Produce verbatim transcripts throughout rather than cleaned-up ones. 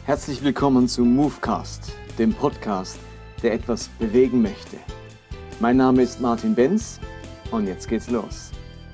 Herzlich willkommen zu Movecast, dem Podcast, der etwas bewegen möchte. Mein Name ist Martin Benz und jetzt geht's los.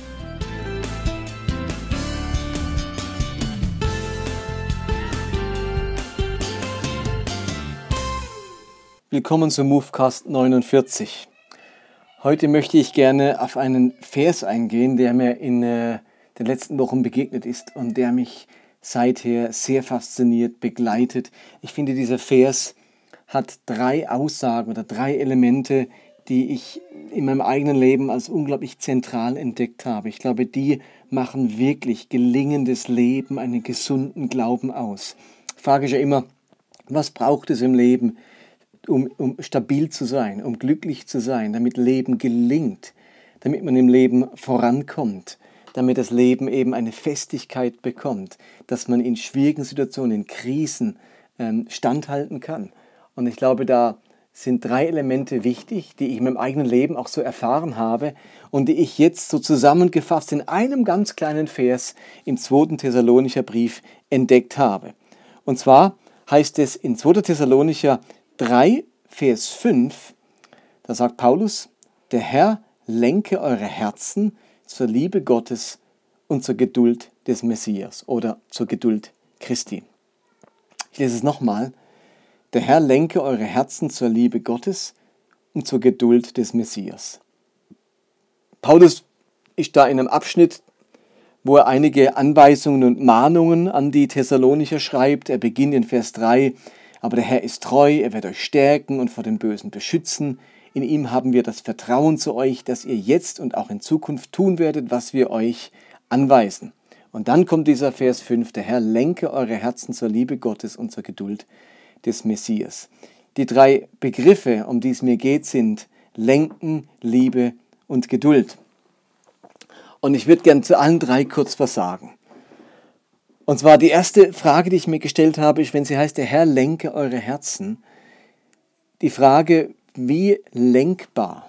Willkommen zu Movecast neunundvierzig. Heute möchte ich gerne auf einen Vers eingehen, der mir in äh, den letzten Wochen begegnet ist und der mich seither sehr fasziniert, begleitet. Ich finde, dieser Vers hat drei Aussagen oder drei Elemente, die ich in meinem eigenen Leben als unglaublich zentral entdeckt habe. Ich glaube, die machen wirklich gelingendes Leben, einen gesunden Glauben aus. Ich frage mich ja immer, was braucht es im Leben, um, um stabil zu sein, um glücklich zu sein, damit Leben gelingt, damit man im Leben vorankommt, damit das Leben eben eine Festigkeit bekommt, dass man in schwierigen Situationen, in Krisen ähm, standhalten kann. Und ich glaube, da sind drei Elemente wichtig, die ich in meinem eigenen Leben auch so erfahren habe und die ich jetzt so zusammengefasst in einem ganz kleinen Vers im zweiten Thessalonicher Brief entdeckt habe. Und zwar heißt es in zweiten Thessalonicher drei, Vers fünf, da sagt Paulus, der Herr lenke eure Herzen zur Liebe Gottes und zur Geduld des Messias oder zur Geduld Christi. Ich lese es nochmal. Der Herr lenke eure Herzen zur Liebe Gottes und zur Geduld des Messias. Paulus ist da in einem Abschnitt, wo er einige Anweisungen und Mahnungen an die Thessalonicher schreibt. Er beginnt in Vers drei. Aber der Herr ist treu, er wird euch stärken und vor dem Bösen beschützen. In ihm haben wir das Vertrauen zu euch, dass ihr jetzt und auch in Zukunft tun werdet, was wir euch anweisen. Und dann kommt dieser Vers fünf, der Herr lenke eure Herzen zur Liebe Gottes und zur Geduld des Messias. Die drei Begriffe, um die es mir geht, sind Lenken, Liebe und Geduld. Und ich würde gerne zu allen drei kurz was sagen. Und zwar die erste Frage, die ich mir gestellt habe, ist, wenn sie heißt, der Herr lenke eure Herzen, die Frage, wie lenkbar,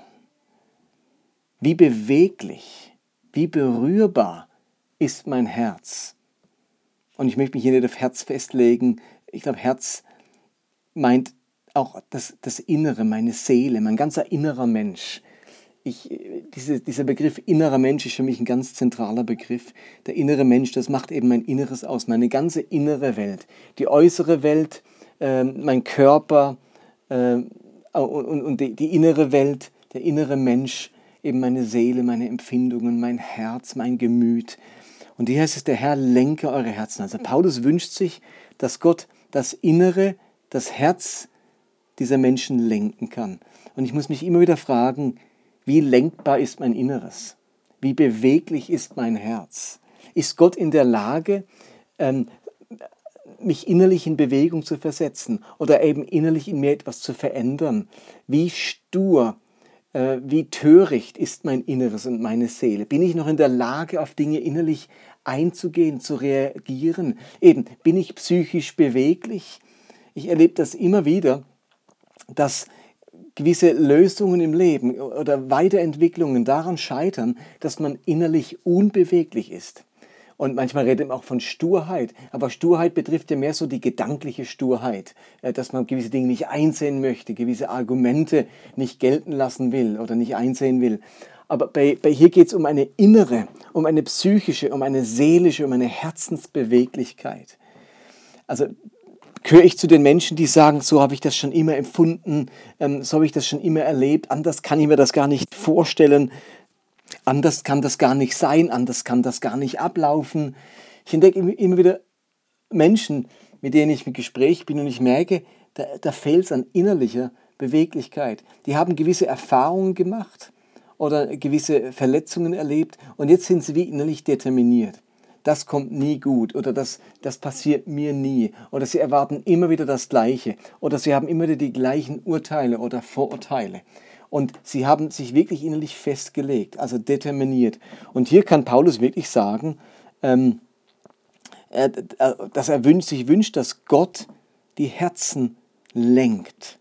wie beweglich, wie berührbar ist mein Herz? Und ich möchte mich hier nicht auf Herz festlegen. Ich glaube, Herz meint auch das, das Innere, meine Seele, mein ganzer innerer Mensch. Ich, diese, dieser Begriff innerer Mensch ist für mich ein ganz zentraler Begriff. Der innere Mensch, das macht eben mein Inneres aus, meine ganze innere Welt. Die äußere Welt, äh, mein Körper, äh, Und, und die, die innere Welt, der innere Mensch, eben meine Seele, meine Empfindungen, mein Herz, mein Gemüt. Und hier heißt es, der Herr lenke eure Herzen. Also Paulus wünscht sich, dass Gott das Innere, das Herz dieser Menschen lenken kann. Und ich muss mich immer wieder fragen, wie lenkbar ist mein Inneres? Wie beweglich ist mein Herz? Ist Gott in der Lage, ähm, mich innerlich in Bewegung zu versetzen oder eben innerlich in mir etwas zu verändern? Wie stur, äh, wie töricht ist mein Inneres und meine Seele? Bin ich noch in der Lage, auf Dinge innerlich einzugehen, zu reagieren? Eben, bin ich psychisch beweglich? Ich erlebe das immer wieder, dass gewisse Lösungen im Leben oder Weiterentwicklungen daran scheitern, dass man innerlich unbeweglich ist. Und manchmal redet man auch von Sturheit, aber Sturheit betrifft ja mehr so die gedankliche Sturheit, dass man gewisse Dinge nicht einsehen möchte, gewisse Argumente nicht gelten lassen will oder nicht einsehen will. Aber bei, bei hier geht es um eine innere, um eine psychische, um eine seelische, um eine Herzensbeweglichkeit. Also gehöre ich zu den Menschen, die sagen, so habe ich das schon immer empfunden, so habe ich das schon immer erlebt, anders kann ich mir das gar nicht vorstellen. Anders kann das gar nicht sein, anders kann das gar nicht ablaufen. Ich entdecke immer wieder Menschen, mit denen ich im Gespräch bin und ich merke, da, da fehlt es an innerlicher Beweglichkeit. Die haben gewisse Erfahrungen gemacht oder gewisse Verletzungen erlebt und jetzt sind sie wie innerlich determiniert. Das kommt nie gut oder das, das passiert mir nie oder sie erwarten immer wieder das Gleiche oder sie haben immer wieder die gleichen Urteile oder Vorurteile. Und sie haben sich wirklich innerlich festgelegt, also determiniert. Und hier kann Paulus wirklich sagen, ähm, er, dass er wünscht, sich wünscht, dass Gott die Herzen lenkt.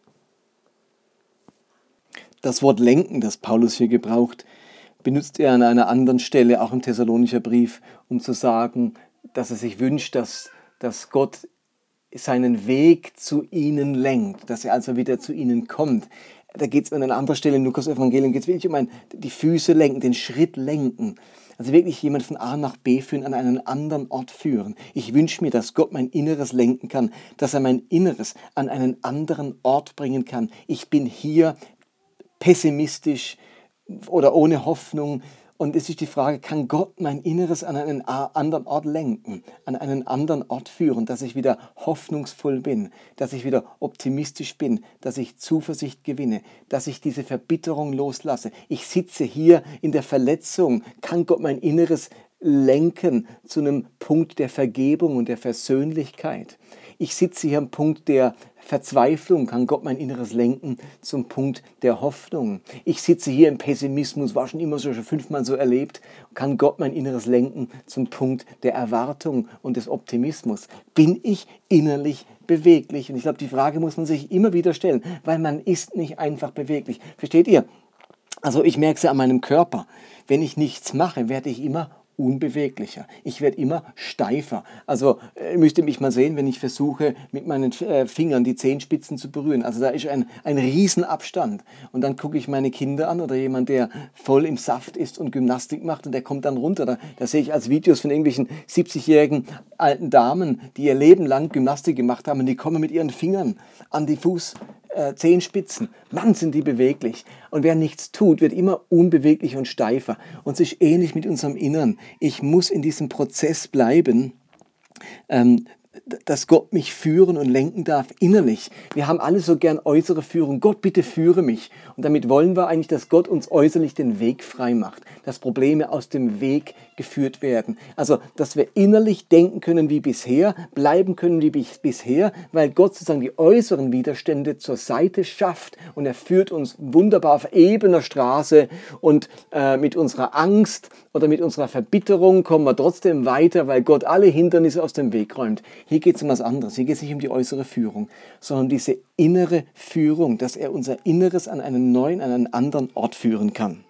Das Wort lenken, das Paulus hier gebraucht, benutzt er an einer anderen Stelle, auch im Thessalonicher Brief, um zu sagen, dass er sich wünscht, dass, dass Gott seinen Weg zu ihnen lenkt, dass er also wieder zu ihnen kommt. Da geht es an einer anderen Stelle im Lukas-Evangelium, geht es wirklich um ein, die Füße lenken, den Schritt lenken. Also wirklich jemand von A nach B führen, an einen anderen Ort führen. Ich wünsche mir, dass Gott mein Inneres lenken kann, dass er mein Inneres an einen anderen Ort bringen kann. Ich bin hier pessimistisch oder ohne Hoffnung. Und es ist die Frage, kann Gott mein Inneres an einen anderen Ort lenken, an einen anderen Ort führen, dass ich wieder hoffnungsvoll bin, dass ich wieder optimistisch bin, dass ich Zuversicht gewinne, dass ich diese Verbitterung loslasse. Ich sitze hier in der Verletzung. Kann Gott mein Inneres lenken zu einem Punkt der Vergebung und der Versöhnlichkeit? Ich sitze hier am Punkt der Verzweiflung, kann Gott mein Inneres lenken zum Punkt der Hoffnung. Ich sitze hier im Pessimismus, war schon immer so, schon fünfmal so erlebt, kann Gott mein Inneres lenken zum Punkt der Erwartung und des Optimismus. Bin ich innerlich beweglich? Und ich glaube, die Frage muss man sich immer wieder stellen, weil man ist nicht einfach beweglich. Versteht ihr? Also ich merke es ja an meinem Körper. Wenn ich nichts mache, werde ich immer unbeweglicher. Ich werde immer steifer. Also äh, müsst ihr mich mal sehen, wenn ich versuche, mit meinen äh, Fingern die Zehenspitzen zu berühren. Also da ist ein, ein Riesenabstand. Und dann gucke ich meine Kinder an oder jemand, der voll im Saft ist und Gymnastik macht und der kommt dann runter. Da, da sehe ich als Videos von irgendwelchen siebzigjährigen alten Damen, die ihr Leben lang Gymnastik gemacht haben und die kommen mit ihren Fingern an die Fuß. Äh, Zehenspitzen, Mann, sind die beweglich. Und wer nichts tut, wird immer unbeweglicher und steifer. Und es ist ähnlich mit unserem Innern. Ich muss in diesem Prozess bleiben, ähm, dass Gott mich führen und lenken darf innerlich. Wir haben alle so gern äußere Führung. Gott, bitte führe mich. Und damit wollen wir eigentlich, dass Gott uns äußerlich den Weg frei macht, dass Probleme aus dem Weg geführt werden. Also, dass wir innerlich denken können wie bisher, bleiben können wie bisher, weil Gott sozusagen die äußeren Widerstände zur Seite schafft und er führt uns wunderbar auf ebener Straße und äh, mit unserer Angst oder mit unserer Verbitterung kommen wir trotzdem weiter, weil Gott alle Hindernisse aus dem Weg räumt. Hier geht es um was anderes. Hier geht es nicht um die äußere Führung, sondern um diese innere Führung, dass er unser Inneres an einen neuen, an einen anderen Ort führen kann.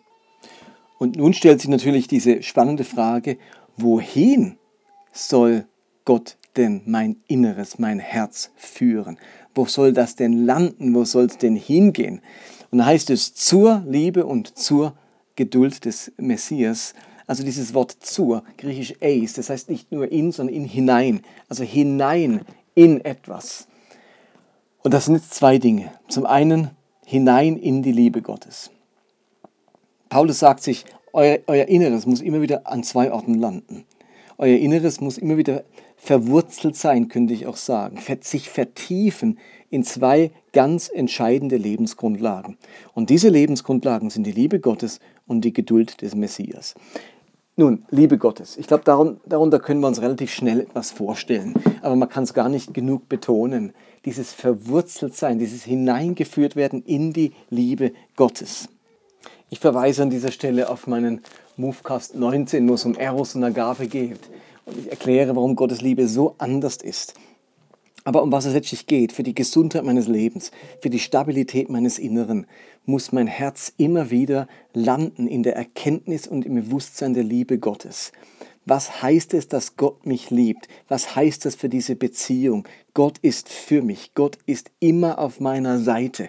Und nun stellt sich natürlich diese spannende Frage, wohin soll Gott denn mein Inneres, mein Herz führen? Wo soll das denn landen? Wo soll es denn hingehen? Und da heißt es zur Liebe und zur Geduld des Messias. Also dieses Wort zur, griechisch eis, das heißt nicht nur in, sondern in hinein. Also hinein in etwas. Und das sind jetzt zwei Dinge. Zum einen hinein in die Liebe Gottes. Paulus sagt sich, euer, euer Inneres muss immer wieder an zwei Orten landen. Euer Inneres muss immer wieder verwurzelt sein, könnte ich auch sagen. Sich vertiefen in zwei ganz entscheidende Lebensgrundlagen. Und diese Lebensgrundlagen sind die Liebe Gottes und die Geduld des Messias. Nun, Liebe Gottes. Ich glaube, darum, darunter können wir uns relativ schnell etwas vorstellen. Aber man kann es gar nicht genug betonen. Dieses Verwurzeltsein, dieses Hineingeführt werden in die Liebe Gottes. Ich verweise an dieser Stelle auf meinen Movecast neunzehn, wo es um Eros und Agape geht. Und ich erkläre, warum Gottes Liebe so anders ist. Aber um was es letztlich geht, für die Gesundheit meines Lebens, für die Stabilität meines Inneren, muss mein Herz immer wieder landen in der Erkenntnis und im Bewusstsein der Liebe Gottes. Was heißt es, dass Gott mich liebt? Was heißt das für diese Beziehung? Gott ist für mich. Gott ist immer auf meiner Seite.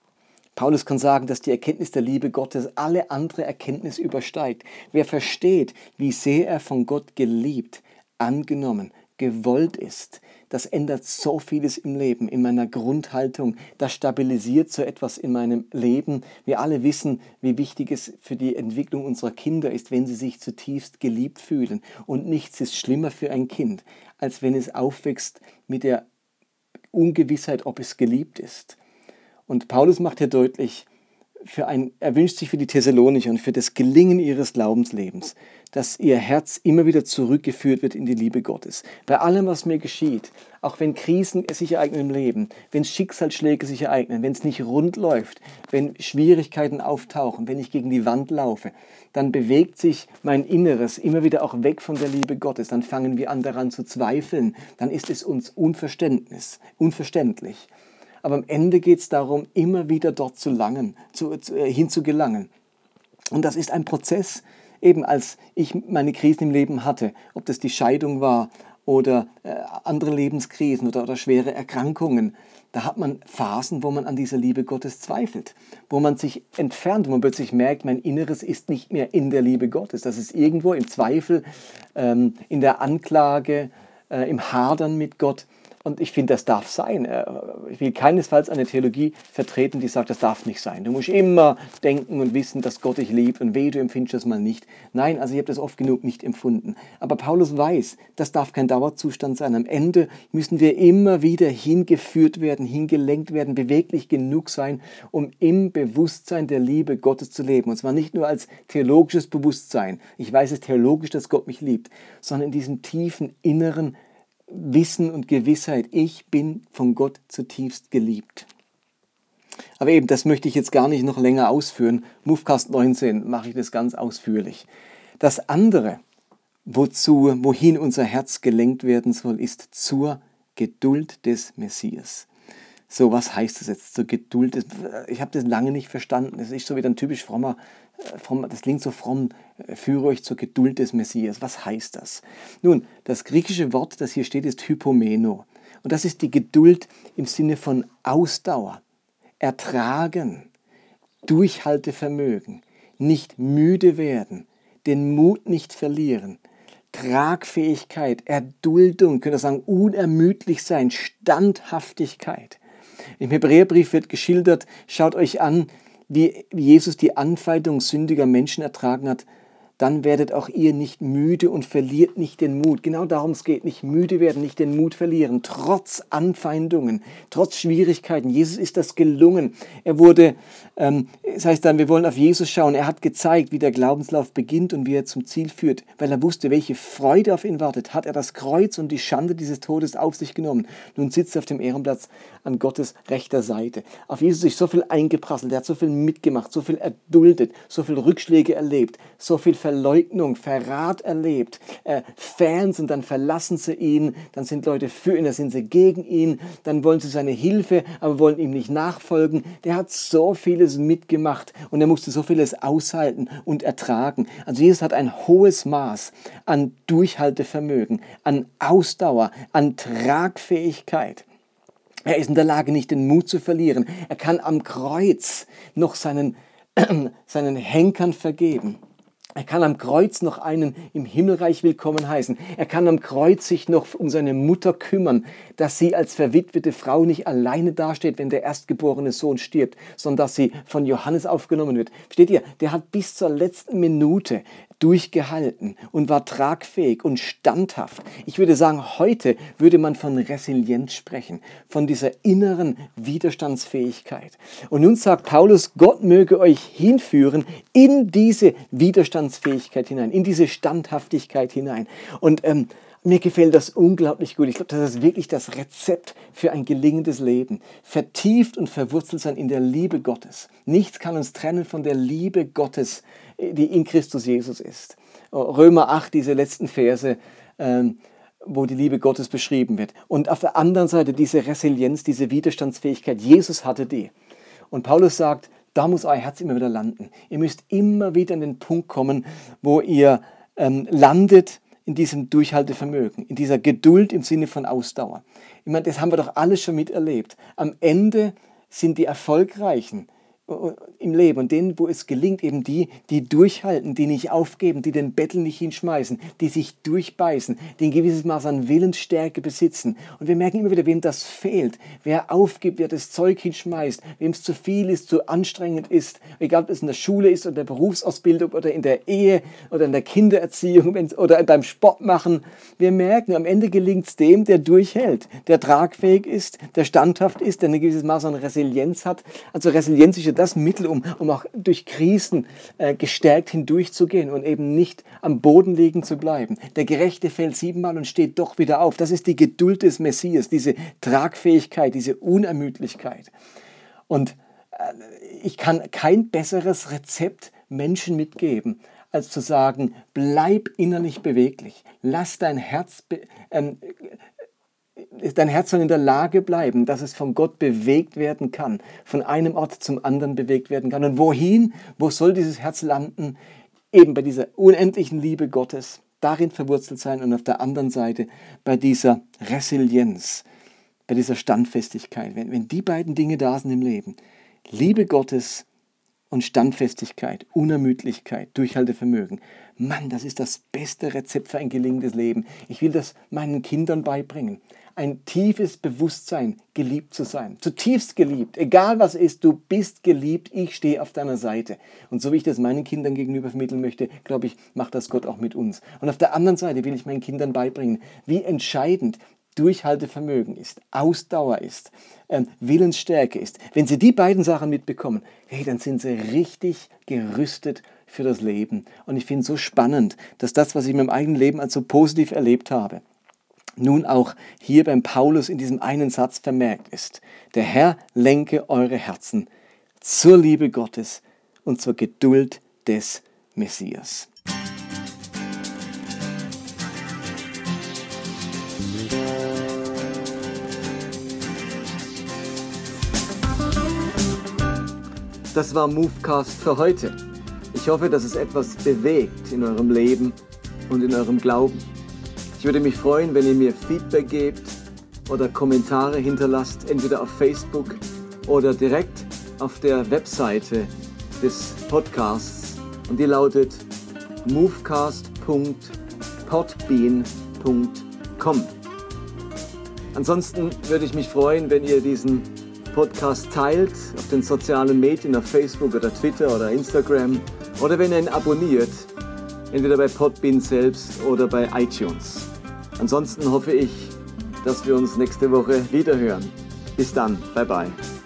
Paulus kann sagen, dass die Erkenntnis der Liebe Gottes alle andere Erkenntnis übersteigt. Wer versteht, wie sehr er von Gott geliebt, angenommen, gewollt ist, das ändert so vieles im Leben, in meiner Grundhaltung. Das stabilisiert so etwas in meinem Leben. Wir alle wissen, wie wichtig es für die Entwicklung unserer Kinder ist, wenn sie sich zutiefst geliebt fühlen. Und nichts ist schlimmer für ein Kind, als wenn es aufwächst mit der Ungewissheit, ob es geliebt ist. Und Paulus macht hier deutlich, für ein, er wünscht sich für die Thessalonicher und für das Gelingen ihres Glaubenslebens, dass ihr Herz immer wieder zurückgeführt wird in die Liebe Gottes. Bei allem, was mir geschieht, auch wenn Krisen sich ereignen im Leben, wenn Schicksalsschläge sich ereignen, wenn es nicht rund läuft, wenn Schwierigkeiten auftauchen, wenn ich gegen die Wand laufe, dann bewegt sich mein Inneres immer wieder auch weg von der Liebe Gottes. Dann fangen wir an daran zu zweifeln, dann ist es uns Unverständnis, unverständlich. Aber am Ende geht es darum, immer wieder dort zu langen, zu, zu, äh, hinzugelangen. Und das ist ein Prozess, eben als ich meine Krisen im Leben hatte, ob das die Scheidung war oder äh, andere Lebenskrisen oder, oder schwere Erkrankungen. Da hat man Phasen, wo man an dieser Liebe Gottes zweifelt, wo man sich entfernt, wo man plötzlich merkt, mein Inneres ist nicht mehr in der Liebe Gottes. Das ist irgendwo im Zweifel, ähm, in der Anklage, äh, im Hadern mit Gott. Und ich finde, das darf sein. Ich will keinesfalls eine Theologie vertreten, die sagt, das darf nicht sein. Du musst immer denken und wissen, dass Gott dich liebt und weh, du empfindest das mal nicht. Nein, also ich habe das oft genug nicht empfunden. Aber Paulus weiß, das darf kein Dauerzustand sein. Am Ende müssen wir immer wieder hingeführt werden, hingelenkt werden, beweglich genug sein, um im Bewusstsein der Liebe Gottes zu leben. Und zwar nicht nur als theologisches Bewusstsein. Ich weiß es theologisch, dass Gott mich liebt, sondern in diesem tiefen inneren Wissen und Gewissheit, ich bin von Gott zutiefst geliebt. Aber eben, das möchte ich jetzt gar nicht noch länger ausführen. Movecast neunzehn mache ich das ganz ausführlich. Das andere, wozu, wohin unser Herz gelenkt werden soll, ist zur Geduld des Messias. So, was heißt das jetzt, zur Geduld des, ich habe das lange nicht verstanden. Das ist so wieder ein typisch frommer, frommer, das klingt so fromm, führe euch zur Geduld des Messias. Was heißt das? Nun, das griechische Wort, das hier steht, ist Hypomeno. Und das ist die Geduld im Sinne von Ausdauer, Ertragen, Durchhaltevermögen, nicht müde werden, den Mut nicht verlieren, Tragfähigkeit, Erduldung, könnt ihr sagen, unermüdlich sein, Standhaftigkeit. Im Hebräerbrief wird geschildert, schaut euch an, wie Jesus die Anfeindung sündiger Menschen ertragen hat. Dann werdet auch ihr nicht müde und verliert nicht den Mut. Genau darum es geht, nicht müde werden, nicht den Mut verlieren, trotz Anfeindungen, trotz Schwierigkeiten. Jesus ist das gelungen. Er wurde, ähm, das heißt dann, wir wollen auf Jesus schauen. Er hat gezeigt, wie der Glaubenslauf beginnt und wie er zum Ziel führt. Weil er wusste, welche Freude auf ihn wartet, hat er das Kreuz und die Schande dieses Todes auf sich genommen. Nun sitzt er auf dem Ehrenplatz an Gottes rechter Seite. Auf Jesus ist so viel eingeprasselt, er hat so viel mitgemacht, so viel erduldet, so viel Rückschläge erlebt, so viel Verleugnung, Verrat erlebt, äh, Fans und dann verlassen sie ihn, dann sind Leute für ihn, dann sind sie gegen ihn, dann wollen sie seine Hilfe, aber wollen ihm nicht nachfolgen. Der hat so vieles mitgemacht und er musste so vieles aushalten und ertragen. Also Jesus hat ein hohes Maß an Durchhaltevermögen, an Ausdauer, an Tragfähigkeit. Er ist in der Lage, nicht den Mut zu verlieren. Er kann am Kreuz noch seinen, äh, seinen Henkern vergeben. Er kann am Kreuz noch einen im Himmelreich willkommen heißen. Er kann am Kreuz sich noch um seine Mutter kümmern, dass sie als verwitwete Frau nicht alleine dasteht, wenn der erstgeborene Sohn stirbt, sondern dass sie von Johannes aufgenommen wird. Versteht ihr? Der hat bis zur letzten Minute durchgehalten und war tragfähig und standhaft. Ich würde sagen, heute würde man von Resilienz sprechen, von dieser inneren Widerstandsfähigkeit. Und nun sagt Paulus, Gott möge euch hinführen in diese Widerstandsfähigkeit hinein, in diese Standhaftigkeit hinein. Und ähm, mir gefällt das unglaublich gut. Ich glaube, das ist wirklich das Rezept für ein gelingendes Leben. Vertieft und verwurzelt sein in der Liebe Gottes. Nichts kann uns trennen von der Liebe Gottes, die in Christus Jesus ist. Römer acht, diese letzten Verse, ähm, wo die Liebe Gottes beschrieben wird. Und auf der anderen Seite diese Resilienz, diese Widerstandsfähigkeit. Jesus hatte die. Und Paulus sagt, da muss euer Herz immer wieder landen. Ihr müsst immer wieder an den Punkt kommen, wo ihr ähm, landet, in diesem Durchhaltevermögen, in dieser Geduld im Sinne von Ausdauer. Ich meine, das haben wir doch alles schon miterlebt. Am Ende sind die Erfolgreichen im Leben und denen, wo es gelingt, eben die, die durchhalten, die nicht aufgeben, die den Bettel nicht hinschmeißen, die sich durchbeißen, die ein gewisses Maß an Willensstärke besitzen. Und wir merken immer wieder, wem das fehlt, wer aufgibt, wer das Zeug hinschmeißt, wem es zu viel ist, zu anstrengend ist, egal ob es in der Schule ist oder in der Berufsausbildung oder in der Ehe oder in der Kindererziehung oder beim Sport machen. Wir merken, am Ende gelingt es dem, der durchhält, der tragfähig ist, der standhaft ist, der ein gewisses Maß an Resilienz hat. Also Resilienz ist ja das Mittel, um, um auch durch Krisen äh, gestärkt hindurchzugehen und eben nicht am Boden liegen zu bleiben. Der Gerechte fällt siebenmal und steht doch wieder auf. Das ist die Geduld des Messias, diese Tragfähigkeit, diese Unermüdlichkeit. Und äh, ich kann kein besseres Rezept Menschen mitgeben, als zu sagen, bleib innerlich beweglich. Lass dein Herz be- ähm, Dein Herz soll in der Lage bleiben, dass es von Gott bewegt werden kann, von einem Ort zum anderen bewegt werden kann. Und wohin? Wo soll dieses Herz landen? Eben bei dieser unendlichen Liebe Gottes, darin verwurzelt sein und auf der anderen Seite bei dieser Resilienz, bei dieser Standfestigkeit. Wenn, wenn die beiden Dinge da sind im Leben, Liebe Gottes und Standfestigkeit, Unermüdlichkeit, Durchhaltevermögen. Mann, das ist das beste Rezept für ein gelingendes Leben. Ich will das meinen Kindern beibringen. Ein tiefes Bewusstsein, geliebt zu sein. Zutiefst geliebt. Egal was ist, du bist geliebt, ich stehe auf deiner Seite. Und so wie ich das meinen Kindern gegenüber vermitteln möchte, glaube ich, macht das Gott auch mit uns. Und auf der anderen Seite will ich meinen Kindern beibringen, wie entscheidend Durchhaltevermögen ist, Ausdauer ist, ähm, Willensstärke ist. Wenn sie die beiden Sachen mitbekommen, hey, dann sind sie richtig gerüstet für das Leben. Und ich finde es so spannend, dass das, was ich in meinem eigenen Leben als so positiv erlebt habe, nun auch hier beim Paulus in diesem einen Satz vermerkt ist. Der Herr lenke eure Herzen zur Liebe Gottes und zur Geduld des Messias. Das war Movecast für heute. Ich hoffe, dass es etwas bewegt in eurem Leben und in eurem Glauben. Ich würde mich freuen, wenn ihr mir Feedback gebt oder Kommentare hinterlasst, entweder auf Facebook oder direkt auf der Webseite des Podcasts. Und die lautet movecast punkt podbean punkt com. Ansonsten würde ich mich freuen, wenn ihr diesen Podcast teilt auf den sozialen Medien, auf Facebook oder Twitter oder Instagram, oder wenn ihr ihn abonniert, entweder bei Podbean selbst oder bei iTunes. Ansonsten hoffe ich, dass wir uns nächste Woche wiederhören. Bis dann, bye bye.